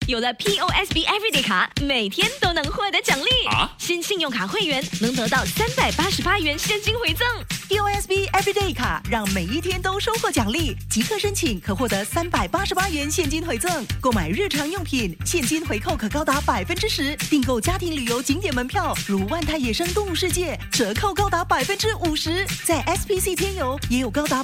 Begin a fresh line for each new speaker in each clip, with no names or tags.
有了 POSB Everyday 卡，每天都能获得奖励新信用卡会员能得到388元现金回赠。
POSB Everyday 卡让每一天都收获奖励，即刻申请可获得388元现金回赠。购买日常用品，现金回扣可高达10%；订购家庭旅游景点门票，如万泰野生动物世界，折扣高达50%。在 SPC 天游也有高达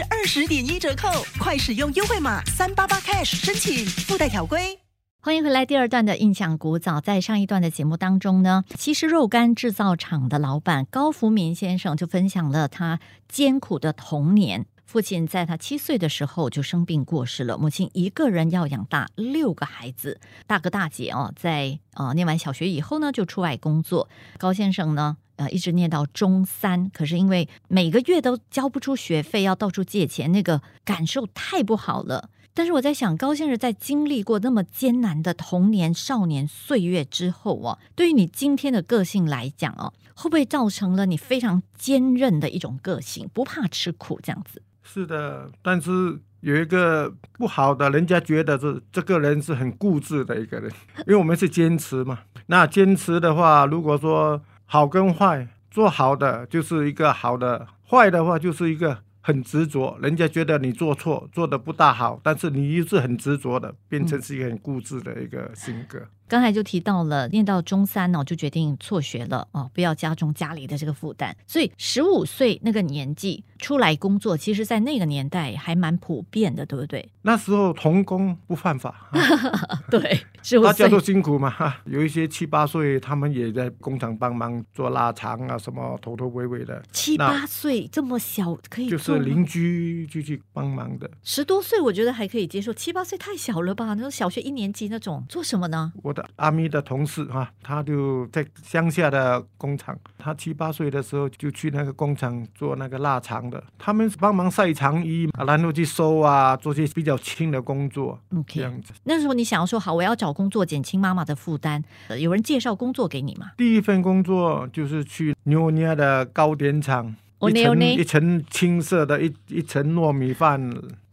20.1%折扣，快使用优惠码388cash申请，附带条规。
欢迎回来，第二段的印象古早。在上一段的节目当中呢，其实肉干制造厂的老板高福民先生就分享了他艰苦的童年。父亲在他7岁的时候就生病过世了，母亲一个人要养大6个孩子。大哥大姐在念完小学以后呢，就出外工作。高先生呢一直念到中3，可是因为每个月都交不出学费，要到处借钱，那个感受太不好了。但是我在想，高先生在经历过那么艰难的童年少年岁月之后对于你今天的个性来讲会不会造成了你非常坚韧的一种个性，不怕吃苦这样子？
是的，但是有一个不好的，人家觉得这个人是很固执的一个人，因为我们是坚持嘛。那坚持的话，如果说好跟坏，做好的就是一个好的，坏的话就是一个很执着，人家觉得你做错，做的不大好，但是你又是很执着的，变成是一个很固执的一个性格。
刚才就提到了，念到中3就决定辍学了不要加重家里的这个负担，所以15岁那个年纪出来工作，其实在那个年代还蛮普遍的，对不对？
那时候童工不犯法
对，15岁
大家都辛苦嘛有一些7、8岁他们也在工厂帮忙做腊肠什么头头尾尾的。
7、8岁这么小可以做，
就是邻居就去帮忙的。
10多岁我觉得还可以接受，7、8岁太小了吧？那种小学1年级那种，做什么呢？
我的阿咪的同事他就在乡下的工厂，他7、8岁的时候就去那个工厂做那个腊肠的，他们帮忙晒肠衣然后去收做些比较轻的工作。这样子。
那时候你想要说好，我要找工作减轻妈妈的负担，有人介绍工作给你吗？
第一份工作就是去牛尼亚的糕点厂，一层青色的一层糯米饭。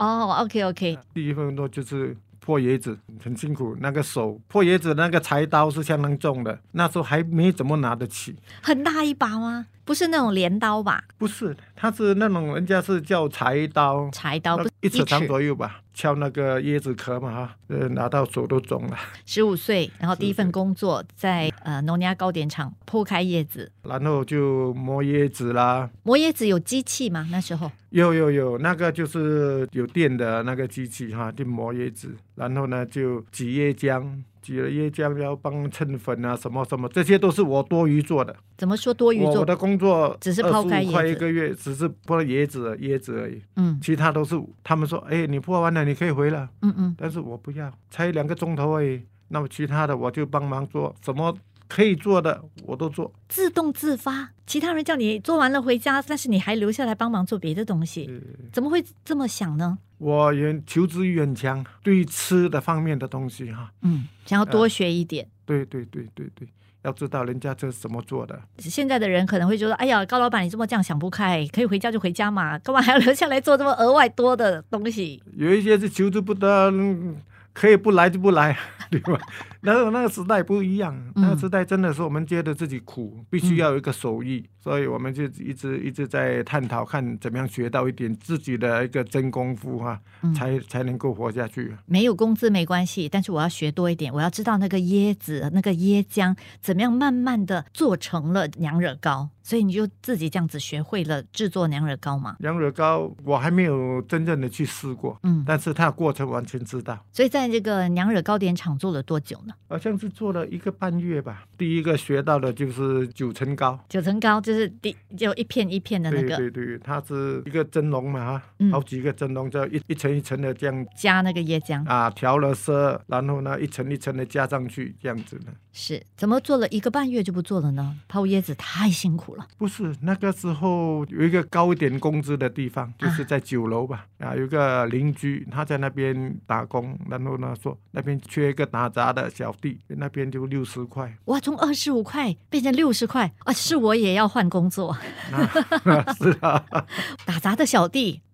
OK。
第一份工作就是破椰子，很辛苦，那个手破椰子那个柴刀是相当重的，那时候还没怎么拿得起。
很大一把吗？不是那种镰刀吧？
不是，它是那种人家是叫柴刀，1尺长左右吧，敲那个椰子壳嘛拿到手都肿了。
15岁，然后第一份工作在农家糕点厂剖开叶子，
然后就磨椰子啦。
磨椰子有机器吗？那时候
有，那个就是有电的那个机器就磨椰子，然后呢就挤椰浆，挤了椰浆要帮称粉什么什么，这些都是我多余做的。
怎么说多余做？
我的工作
只是抛开椰子，25
块一个月，只是剥椰子而已。其他都是他们说，你剥完了你可以回了。但是我不要，才2个钟头而已。那么其他的我就帮忙做，什么可以做的我都做，
自动自发。其他人叫你做完了回家，但是你还留下来帮忙做别的东西，怎么会这么想呢？
我求知欲很强，对于吃的方面的东西
想要多学一点。
对，要知道人家这是怎么做的。
现在的人可能会觉得，哎呀，高老板你这么这样想不开，可以回家就回家嘛，干嘛还要留下来做这么额外多的东西？
有一些是求之不得，可以不来就不来，对吧？那个时代不一样，那个时代真的是我们觉得自己苦，必须要有一个手艺，所以我们就一直在探讨，看怎么样学到一点自己的一个真功夫才能够活下去。
没有工资没关系，但是我要学多一点，我要知道那个椰子那个椰浆怎么样慢慢的做成了娘惹糕，所以你就自己这样子学会了制作娘惹糕嘛。
娘惹糕我还没有真正的去试过，但是它的过程完全知道。
所以在这个娘惹糕点厂做了多久呢？
好像是做了1个半月吧。第一个学到的就是9层糕。
9层糕就是就一片一片的那个。
对，它是一个蒸笼嘛好几个蒸笼，就一层一层的这样
加那个椰浆
调了色，然后呢一层一层的加上去，这样子的。
是怎么做了1个半月就不做了呢？泡椰子太辛苦了。
不是，那个时候有一个高一点工资的地方，就是在9楼吧有一个邻居他在那边打工，然后呢说那边缺一个打杂的小弟，那边就60块。
哇，从25块变成60块是我也要换工作
是啊，
打杂的小弟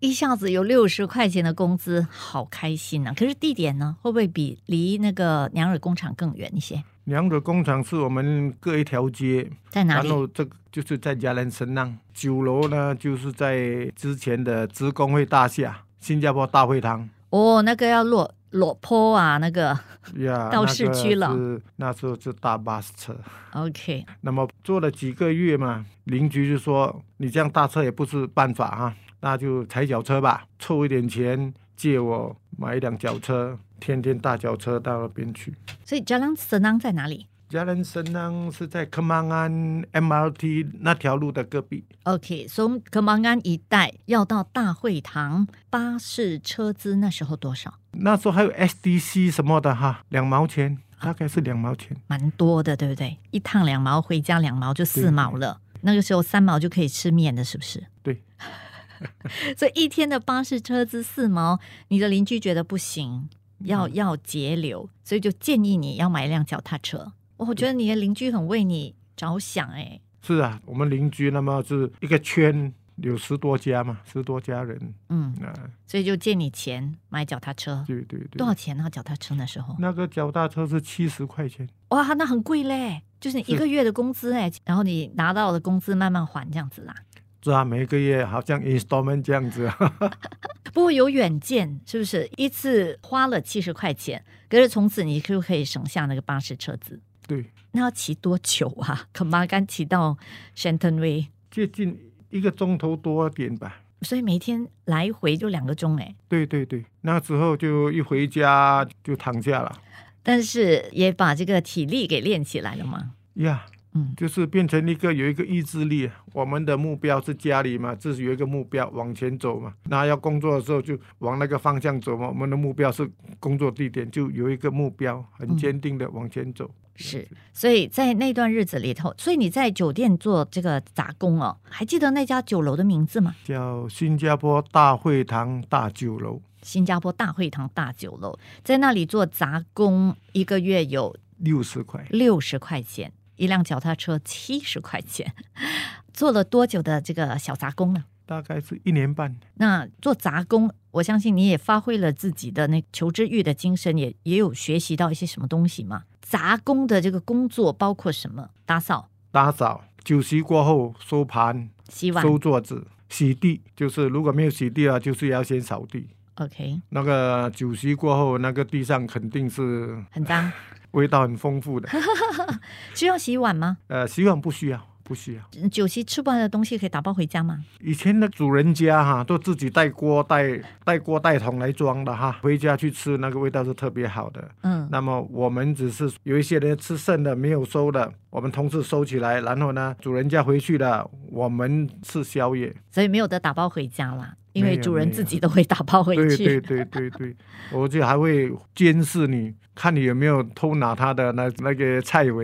一下子有60块钱的工资，好开心啊！可是地点呢，会不会比离那个娘惹工厂更远一些？
娘惹工厂是我们各一条街，
在哪里？
然后这个就是在嘉南神浪9楼呢，就是在之前的职工会大厦新加坡大会堂。
哦，那个要落坡啊，那个到市区了。
那时候是大巴士车。
OK，
那么做了几个月嘛，邻居就说你这样搭车也不是办法啊，那就踩脚车吧，凑一点钱借我买一辆脚车，天天搭脚车到那边去。
所以嘉南神浪在哪里？
嘉南神浪是在科芒安 MRT 那条路的隔壁。
OK， 从科芒安一带要到大会堂，巴士车资那时候多少？
那时候还有 SDC 什么的哈，2毛钱，大概是2毛钱，
蛮多的，对不对？一趟2毛，回家2毛就4毛了。那个时候3毛就可以吃面的，是不是？
对。
所以一天的巴士车资4毛，你的邻居觉得不行，要节流，所以就建议你要买一辆脚踏车。我觉得你的邻居很为你着想哎。
是啊，我们邻居那么是一个圈有10多家嘛，10多家人。
所以就借你钱买脚踏车。
对对对。
多少钱啊？脚踏车那时候？
那个脚踏车是70块钱。
哇，那很贵嘞，就是你1个月的工资哎，然后你拿到的工资慢慢还这样子啦。
是啊，每个月好像 installment 这样子。
不过有远见，是不是？一次花了70块钱，可是从此你就可以省下那个巴士车资。
对。
那要骑多久啊？可马干骑到 Shenton Way
接近1个钟头多点吧。
所以每天来回就2个钟哎。
对对对，那时候就一回家就躺下了。
但是也把这个体力给练起来了吗？
呀。就是变成有一个意志力。我们的目标是家里嘛，自己有一个目标往前走嘛。那要工作的时候就往那个方向走嘛。我们的目标是工作地点，就有一个目标，很坚定的往前走。
是，所以在那段日子里头，所以你在酒店做这个杂工哦，还记得那家酒楼的名字吗？
叫新加坡大会堂大酒楼。
新加坡大会堂大酒楼，在那里做杂工，1个月有
60块
，60块钱。一辆脚踏车70块钱，做了多久的这个小杂工呢？
大概是1年半。
那做杂工，我相信你也发挥了自己的那求知欲的精神，也有学习到一些什么东西嘛？杂工的这个工作包括什么？打扫，
酒席过后收盘、
洗碗、
收桌子、洗地，就是如果没有洗地啊，就是要先扫地。
OK，
那个酒席过后，那个地上肯定是
很脏。
味道很丰富的。
需要洗碗吗？
洗碗不需要。
酒席吃不完的东西可以打包回家吗？
以前的主人家哈，都自己带锅带桶来装的哈，回家去吃那个味道是特别好的。那么我们只是有一些人吃剩的没有收的，我们同事收起来，然后呢，主人家回去了，我们吃宵夜，
所以没有得打包回家啦。因为主人自己都会打包回去。
对，我就还会监视你，看你有没有偷拿他的那个菜尾。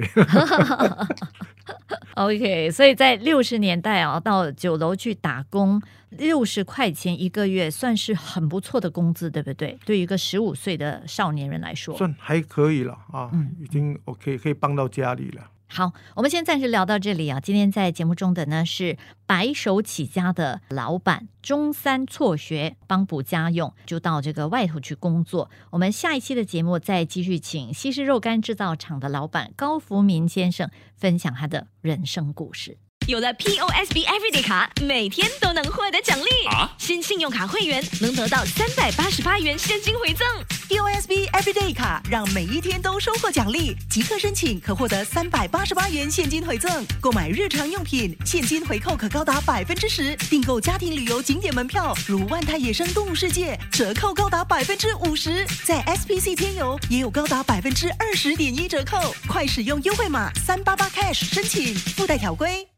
OK， 所以在60年代啊，到酒楼去打工，60块钱1个月，算是很不错的工资，对不对？对于一个15岁的少年人来说，
算还可以了啊，已经 OK， 可以帮到家里了。
好，我们先暂时聊到这里啊。今天在节目中的呢是白手起家的老板，中3辍学帮补家用，就到这个外头去工作。我们下一期的节目再继续请西施肉干制造厂的老板高福民先生分享他的人生故事。
有了 POSB Everyday 卡，每天都能获得奖励新信用卡会员能得到388元现金回赠。
POSB Everyday 卡让每一天都收获奖励，即刻申请可获得388元现金回赠。购买日常用品，现金回扣可高达10%；订购家庭旅游景点门票，如万泰野生动物世界，折扣高达50%。在 SPC 天游也有高达20.1%折扣。快使用优惠码388 Cash 申请，附带条规。